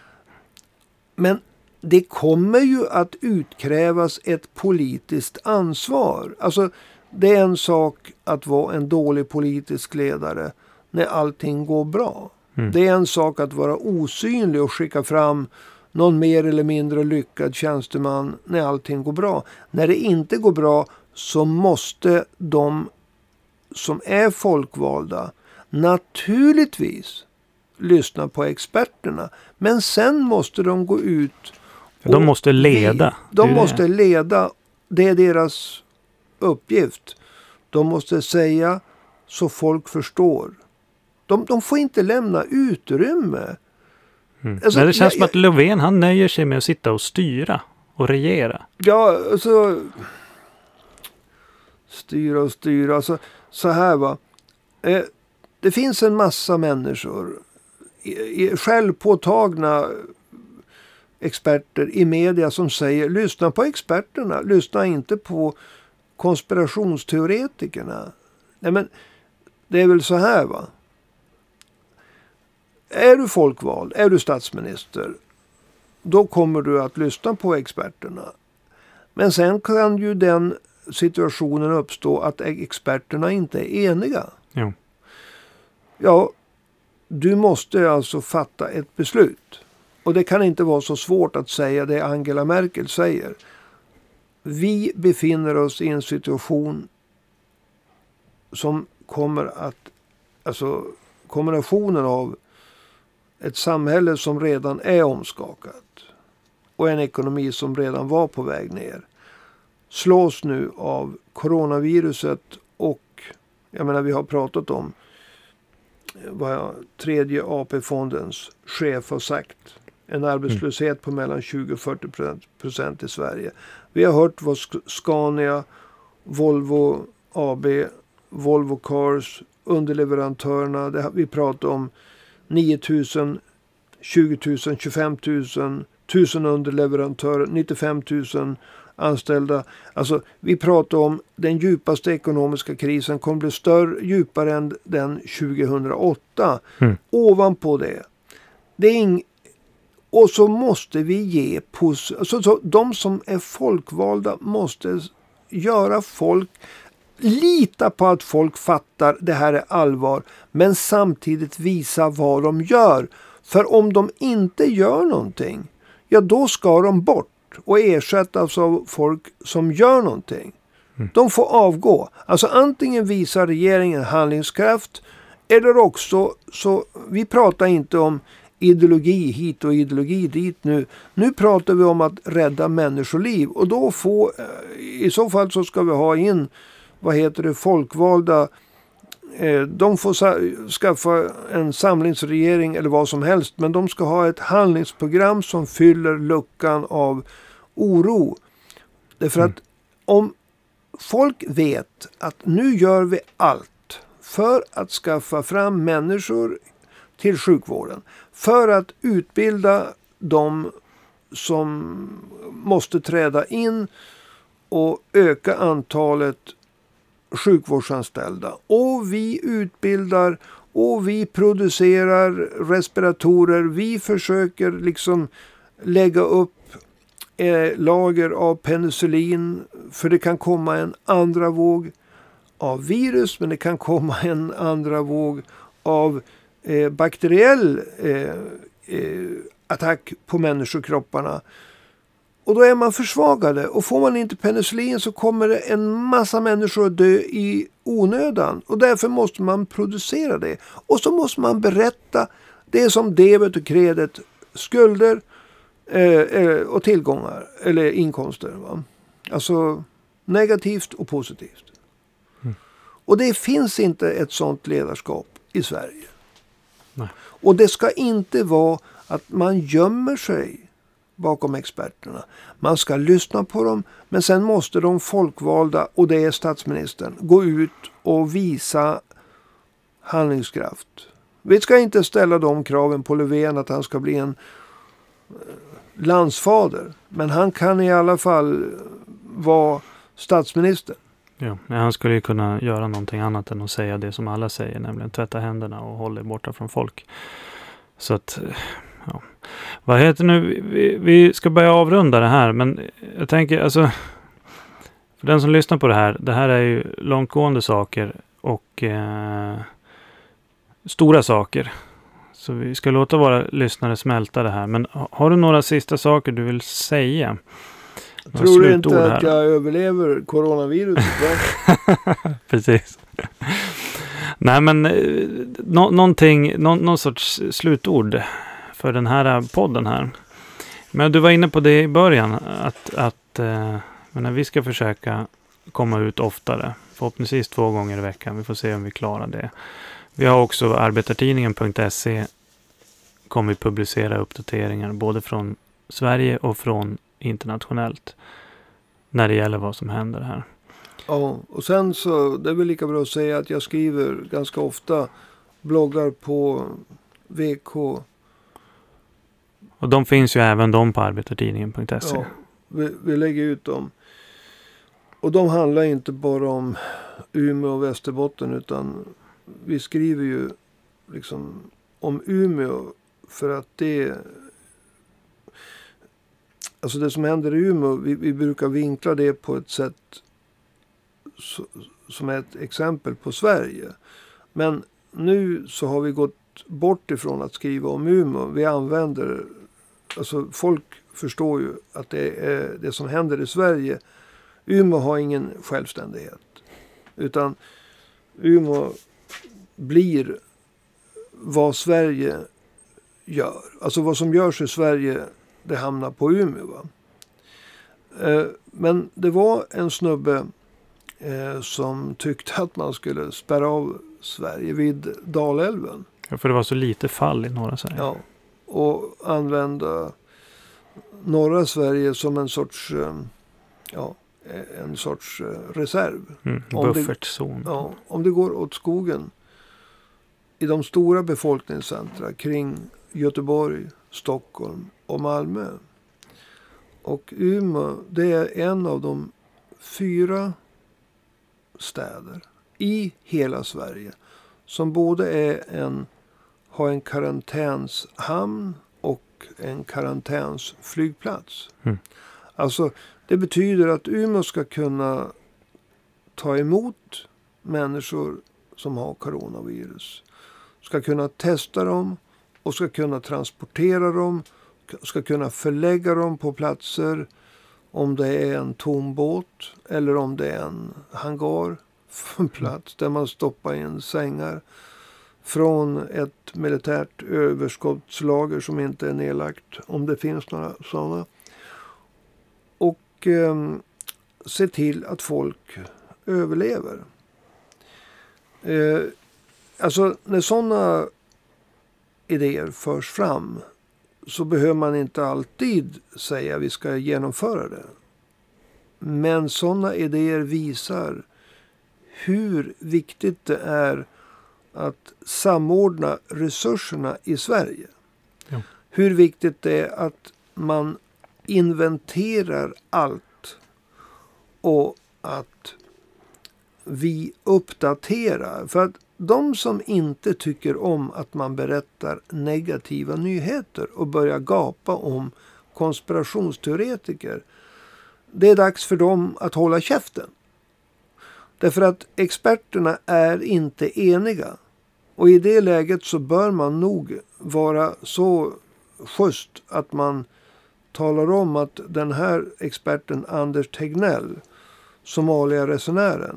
Men det kommer ju att utkrävas ett politiskt ansvar. Alltså det är en sak att vara en dålig politisk ledare när allting går bra. Mm. Det är en sak att vara osynlig och skicka fram någon mer eller mindre lyckad tjänsteman när allting går bra. När det inte går bra så måste de som är folkvalda naturligtvis lyssna på experterna. Men sen måste de gå ut. För de och måste leda. Vi, de Det är måste det. leda. Det är deras uppgift. De måste säga så folk förstår. De, de får inte lämna utrymme. Mm. Alltså, Nej, det känns jag- som att Löfven, han nöjer sig med att sitta och styra och regera. Ja, alltså. Styra och styra. Alltså, så här va. Eh, det finns en massa människor. I, i, självpåtagna experter i media som säger lyssna på experterna. Lyssna inte på konspirationsteoretikerna. Nej men det är väl så här va. Är du folkvald, är du statsminister, då kommer du att lyssna på experterna. Men sen kan ju den situationen uppstå att experterna inte är eniga. Jo. Ja, du måste alltså fatta ett beslut. Och det kan inte vara så svårt att säga det Angela Merkel säger. Vi befinner oss i en situation som kommer att, alltså kombinationen av ett samhälle som redan är omskakat och en ekonomi som redan var på väg ner slås nu av coronaviruset och jag menar vi har pratat om vad tredje A P-fondens chef har sagt. en arbetslöshet mm. på mellan tjugo och fyrtio procent i Sverige. Vi har hört vad Scania, Volvo A B, Volvo Cars, underleverantörerna. Det, vi pratar om nio tusen, tjugo tusen, tjugofem tusen, tusen underleverantörer, nittiofem tusen anställda. Alltså vi pratar om den djupaste ekonomiska krisen kommer bli större, djupare än den tjugohundraåtta. Mm. Ovanpå det. Det är ing- och så måste vi ge pos- alltså, så de som är folkvalda måste göra folk lita på att folk fattar det här är allvar, men samtidigt visa vad de gör. För om de inte gör någonting, ja då ska de bort och ersättas av folk som gör någonting. Mm. De får avgå. Alltså antingen visar regeringen handlingskraft eller också så, vi pratar inte om ideologi hit och ideologi dit nu. Nu pratar vi om att rädda människoliv och då får, i så fall så ska vi ha in, vad heter det, folkvalda. De får sa- skaffa en samlingsregering eller vad som helst, men de ska ha ett handlingsprogram som fyller luckan av oro. Därför mm. att om folk vet att nu gör vi allt för att skaffa fram människor till sjukvården, för att utbilda de som måste träda in och öka antalet sjukvårdsanställda. Och vi utbildar och vi producerar respiratorer. Vi försöker liksom lägga upp eh, lager av penicillin, för det kan komma en andra våg av virus, men det kan komma en andra våg av eh, bakteriell eh, eh, attack på människokropparna. Och då är man försvagade. Och får man inte penicillin så kommer det en massa människor att dö i onödan. Och därför måste man producera det. Och så måste man berätta det som debet och kredet, skulder eh, och tillgångar eller inkomster. Va? Alltså negativt och positivt. Mm. Och det finns inte ett sånt ledarskap i Sverige. Nej. Och det ska inte vara att man gömmer sig bakom experterna. Man ska lyssna på dem, men sen måste de folkvalda, och det är statsministern, gå ut och visa handlingskraft. Vi ska inte ställa de kraven på Löfven att han ska bli en landsfader, men han kan i alla fall vara statsminister. Ja, han skulle ju kunna göra någonting annat än att säga det som alla säger, nämligen tvätta händerna och hålla borta från folk. Så att, ja. Vad heter nu? Vi, vi ska börja avrunda det här, men jag tänker, alltså, för den som lyssnar på det här, det här är ju långtgående saker och eh, stora saker. Så vi ska låta våra lyssnare smälta det här. Men har du några sista saker du vill säga? Några Tror du inte att jag överlever coronaviruset? Precis. Nej, men no, någonting, no, någon sorts slutord för den här podden här. Men du var inne på det i början, att, att eh, men vi ska försöka komma ut oftare. Förhoppningsvis två gånger i veckan. Vi får se om vi klarar det. Vi har också arbetartidningen punkt se, kommer vi publicera uppdateringar både från Sverige och från internationellt när det gäller vad som händer här. Ja, och sen så det är väl lika bra att säga att jag skriver ganska ofta bloggar på V K. Och de finns ju även de på arbetartidningen punkt se. Ja, vi, vi lägger ut dem. Och de handlar inte bara om Umeå och Västerbotten, utan vi skriver ju liksom om Umeå för att det, alltså det som händer i Umeå, vi, vi brukar vinkla det på ett sätt så, som är ett exempel på Sverige. Men nu så har vi gått bort ifrån att skriva om Umeå. Vi använder, alltså folk förstår ju att det är det som händer i Sverige. Umeå har ingen självständighet. Utan Umeå blir vad Sverige gör. Alltså vad som görs i Sverige, det hamnar på Umeå. Va? Eh, men det var en snubbe eh, som tyckte att man skulle spärra av Sverige vid Dalälven. Ja, för det var så lite fall i norra Sverige. Ja, och använda norra Sverige som en sorts, ja, en sorts reserv. Mm, om buffertzon. Det, ja, om det går åt skogen i de stora befolkningscentra kring Göteborg, Stockholm och Malmö. Och Umeå, det är en av de fyra städer i hela Sverige som både är en, har en karantänshamn och en karantänsflygplats. Mm. Alltså det betyder att Umeå ska kunna ta emot människor som har coronavirus. Ska kunna testa dem och ska kunna transportera dem. Ska kunna förlägga dem på platser om det är en tom båt eller om det är en hangar. En plats där man stoppar in sängar från ett militärt överskottslager som inte är nedlagt, om det finns några sådana. Och eh, se till att folk överlever. Eh, alltså när sådana idéer förs fram så behöver man inte alltid säga att vi ska genomföra det. Men sådana idéer visar hur viktigt det är att samordna resurserna i Sverige. Ja. Hur viktigt det är att man inventerar allt och att vi uppdaterar. För att de som inte tycker om att man berättar negativa nyheter och börjar gapa om konspirationsteoretiker, det är dags för dem att hålla käften. Därför att experterna är inte eniga. Och i det läget så bör man nog vara så schysst att man talar om att den här experten Anders Tegnell, Somalia-resenären,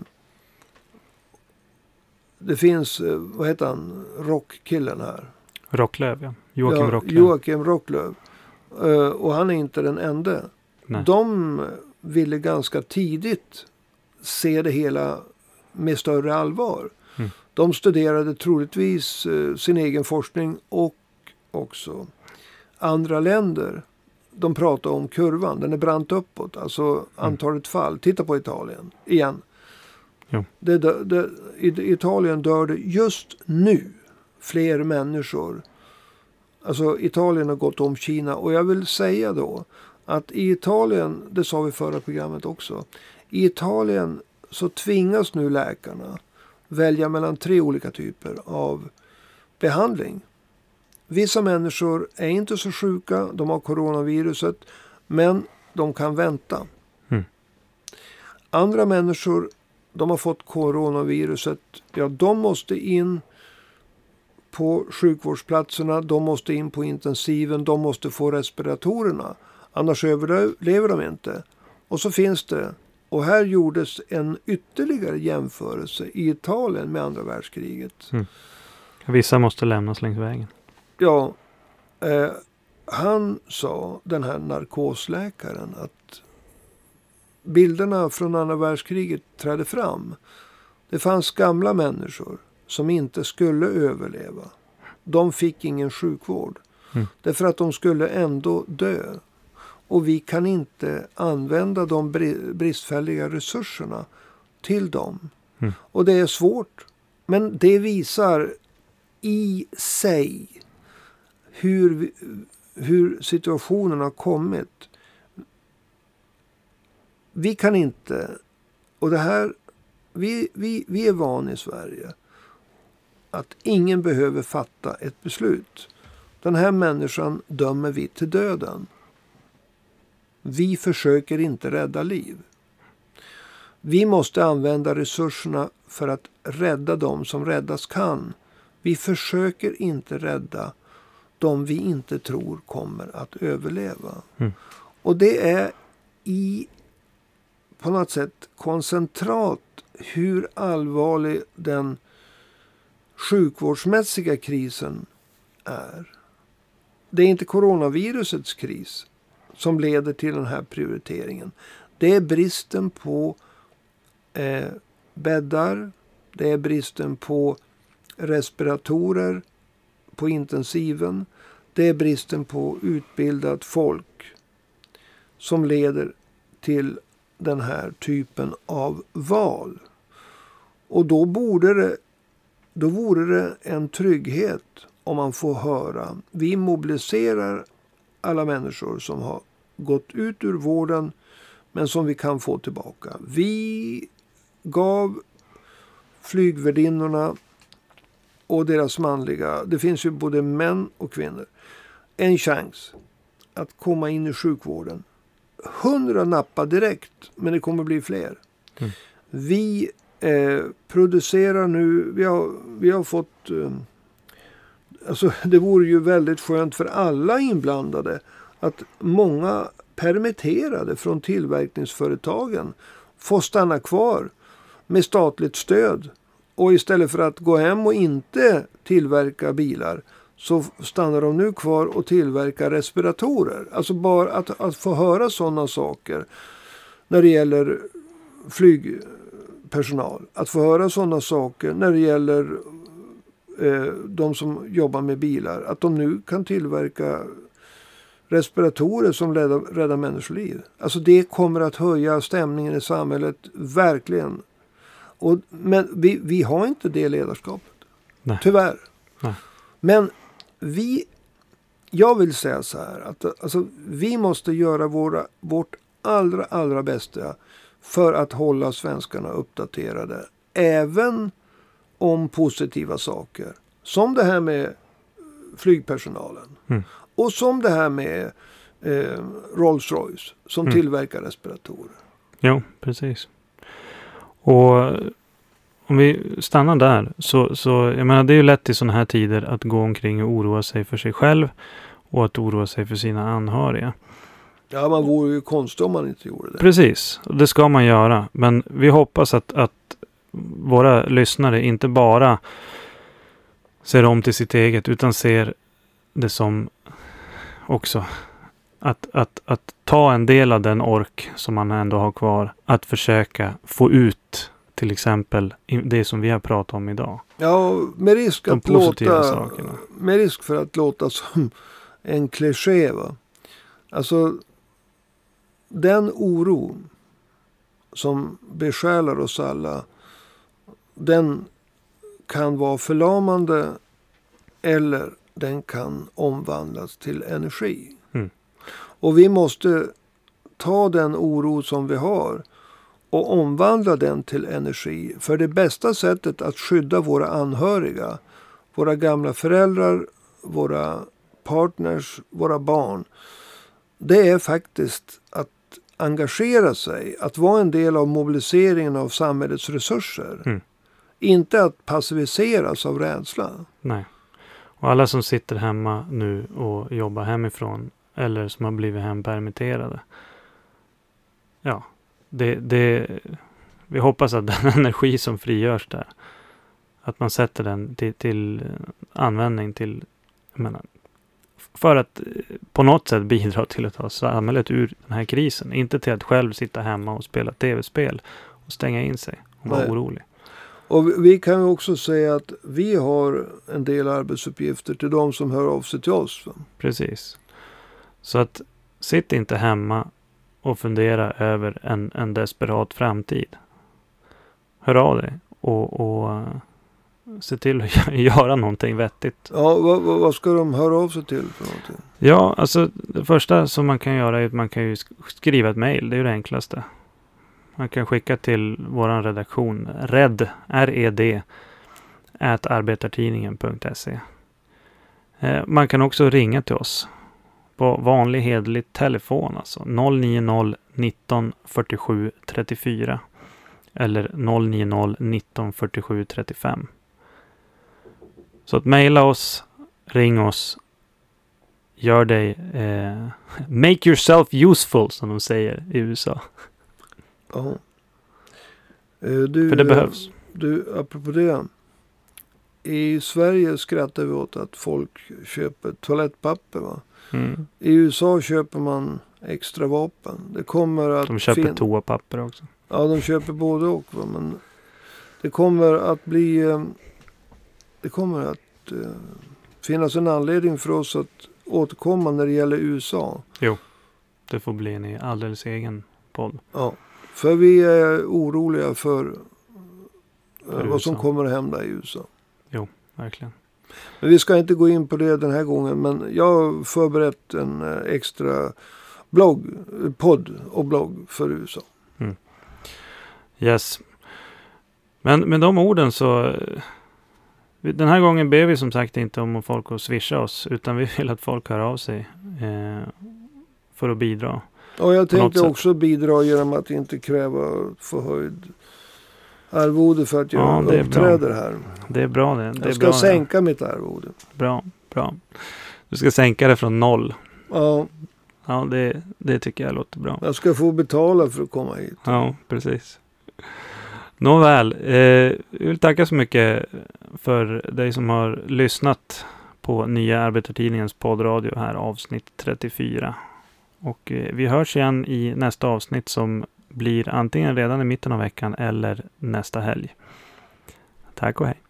det finns, vad heter han, rockkillen här? Rocklöv, ja. Joakim ja, Rocklöv. Joakim Rocklöv. Uh, och han är inte den enda. Nej. De ville ganska tidigt se det hela med större allvar. Mm. De studerade troligtvis uh, sin egen forskning och också andra länder. De pratar om kurvan, den är brant uppåt, alltså antalet mm. fall. Titta på Italien igen. Jo. Det, det, det, I Italien dör det just nu fler människor. Alltså Italien har gått om Kina. Och jag vill säga då att i Italien, det sa vi förra programmet också. I Italien så tvingas nu läkarna välja mellan tre olika typer av behandling. Vissa människor är inte så sjuka, de har coronaviruset, men de kan vänta. Mm. Andra människor, de har fått coronaviruset, ja de måste in på sjukvårdsplatserna, de måste in på intensiven, de måste få respiratorerna. Annars överlever de inte. Och så finns det, och här gjordes en ytterligare jämförelse i Italien med andra världskriget. Mm. Vissa måste lämnas längs vägen. Ja, eh, han sa, den här narkosläkaren, att bilderna från andra världskriget trädde fram. Det fanns gamla människor som inte skulle överleva. De fick ingen sjukvård. Mm. Därför att de skulle ändå dö. Och vi kan inte använda de bristfälliga resurserna till dem. Mm. Och det är svårt. Men det visar i sig hur, hur situationen har kommit. Vi kan inte, och det här, vi, vi, vi är vana i Sverige att ingen behöver fatta ett beslut. Den här människan dömer vi till döden. Vi försöker inte rädda liv. Vi måste använda resurserna för att rädda dem som räddas kan. Vi försöker inte rädda de vi inte tror kommer att överleva. Mm. Och det är i på något sätt koncentrat hur allvarlig den sjukvårdsmässiga krisen är. Det är inte coronavirusets kris som leder till den här prioriteringen. Det är bristen på eh, bäddar, det är bristen på respiratorer på intensiven, det är bristen på utbildat folk som leder till den här typen av val. Och då borde det, då vore det en trygghet om man får höra. Vi mobiliserar alla människor som har gått ut ur vården men som vi kan få tillbaka. Vi gav flygvärdinnorna och deras manliga, det finns ju både män och kvinnor, en chans att komma in i sjukvården. Hundra nappar direkt, men det kommer bli fler. Mm. Vi eh, producerar nu, vi har, vi har fått, eh, alltså det vore ju väldigt skönt för alla inblandade att många permitterade från tillverkningsföretagen får stanna kvar med statligt stöd. Och istället för att gå hem och inte tillverka bilar så stannar de nu kvar och tillverkar respiratorer. Alltså bara att, att få höra sådana saker när det gäller flygpersonal. Att få höra sådana saker när det gäller eh, de som jobbar med bilar. Att de nu kan tillverka respiratorer som räddar, räddar människoliv. Alltså det kommer att höja stämningen i samhället verkligen. Och, men vi, vi har inte det ledarskapet. Nej. Tyvärr. Nej. Men vi, jag vill säga så här. Att, alltså, vi måste göra våra, vårt allra, allra bästa för att hålla svenskarna uppdaterade. Även om positiva saker. Som det här med flygpersonalen. Mm. Och som det här med eh, Rolls-Royce som mm. tillverkar respiratorer. Jo, precis. Och om vi stannar där så, så jag menar det är ju lätt i sådana här tider att gå omkring och oroa sig för sig själv och att oroa sig för sina anhöriga. Ja, man vore ju konstigt om man inte gjorde det. Precis, och det ska man göra. Men vi hoppas att, att våra lyssnare inte bara ser om till sitt eget utan ser det som också att, att, att ta en del av den ork som man ändå har kvar. Att försöka få ut till exempel det som vi har pratat om idag. Ja, med risk, att låta, med risk för att låta som en kliché. Va? Alltså den oro som besjälar oss alla, den kan vara förlamande eller den kan omvandlas till energi. Mm. Och vi måste ta den oro som vi har och omvandla den till energi. För det bästa sättet att skydda våra anhöriga, våra gamla föräldrar, våra partners, våra barn, det är faktiskt att engagera sig, att vara en del av mobiliseringen av samhällets resurser. Mm. Inte att passiviseras av rädsla. Nej. Och alla som sitter hemma nu och jobbar hemifrån eller som har blivit hempermitterade. Ja, det, det, vi hoppas att den energi som frigörs där, att man sätter den till, till användning till, jag menar, för att på något sätt bidra till att ta samhället ur den här krisen. Inte till att själv sitta hemma och spela tv-spel och stänga in sig och vara orolig. Och vi kan ju också säga att vi har en del arbetsuppgifter till de som hör av sig till oss. Va? Precis. Så att sitt inte hemma och fundera över en, en desperat framtid. Hör av dig och, och se till att göra någonting vettigt. Ja, vad, vad ska de höra av sig till för någonting? Ja, alltså det första som man kan göra är att man kan ju skriva ett mejl. Det är ju det enklaste. Man kan skicka till vår redaktion red, R-E-D, at arbetartidningen punkt se. Eh, man kan också ringa till oss på vanlig hedlig telefon, alltså noll nio noll nitton fyrtiosju trettiofyra eller noll nio noll nitton fyrtiosju trettiofem. Så att mejla oss, ring oss, gör dig, eh, make yourself useful som de säger i U S A. Ja. Du, För det behövs. Du, apropå det. I Sverige skrattar vi åt att folk köper toalettpapper. Va? Mm. I U S A köper man extra vapen. Det kommer att de köper fin- toapapper också. Ja, de köper både och. Va? Men det kommer att bli... Det kommer att uh, finnas en anledning för oss att återkomma när det gäller U S A. Jo, det får bli en alldeles egen podd. Ja, för vi är oroliga för, för vad som U S A. kommer att hända i U S A. Jo, verkligen. Men vi ska inte gå in på det den här gången. Men jag har förberett en extra blogg, podd och blogg för U S A. Mm. Yes. Men med de orden så... Den här gången ber vi som sagt inte om folk att swisha oss. Utan vi vill att folk hör av sig eh, för att bidra. Och jag tänkte också bidra genom att inte kräva förhöjd arvode för att jag ja, uppträder här. Det är bra det. det jag är ska bra, sänka det. mitt arvode. Bra, bra. Du ska sänka det från noll. Ja. Ja, det, det tycker jag låter bra. Jag ska få betala för att komma hit. Ja, precis. Nåväl, eh, jag vill tacka så mycket för dig som har lyssnat på Nya Arbetartidningens poddradio här, avsnitt trettiofyra. Och eh, vi hörs igen i nästa avsnitt som blir antingen redan i mitten av veckan eller nästa helg. Tack och hej.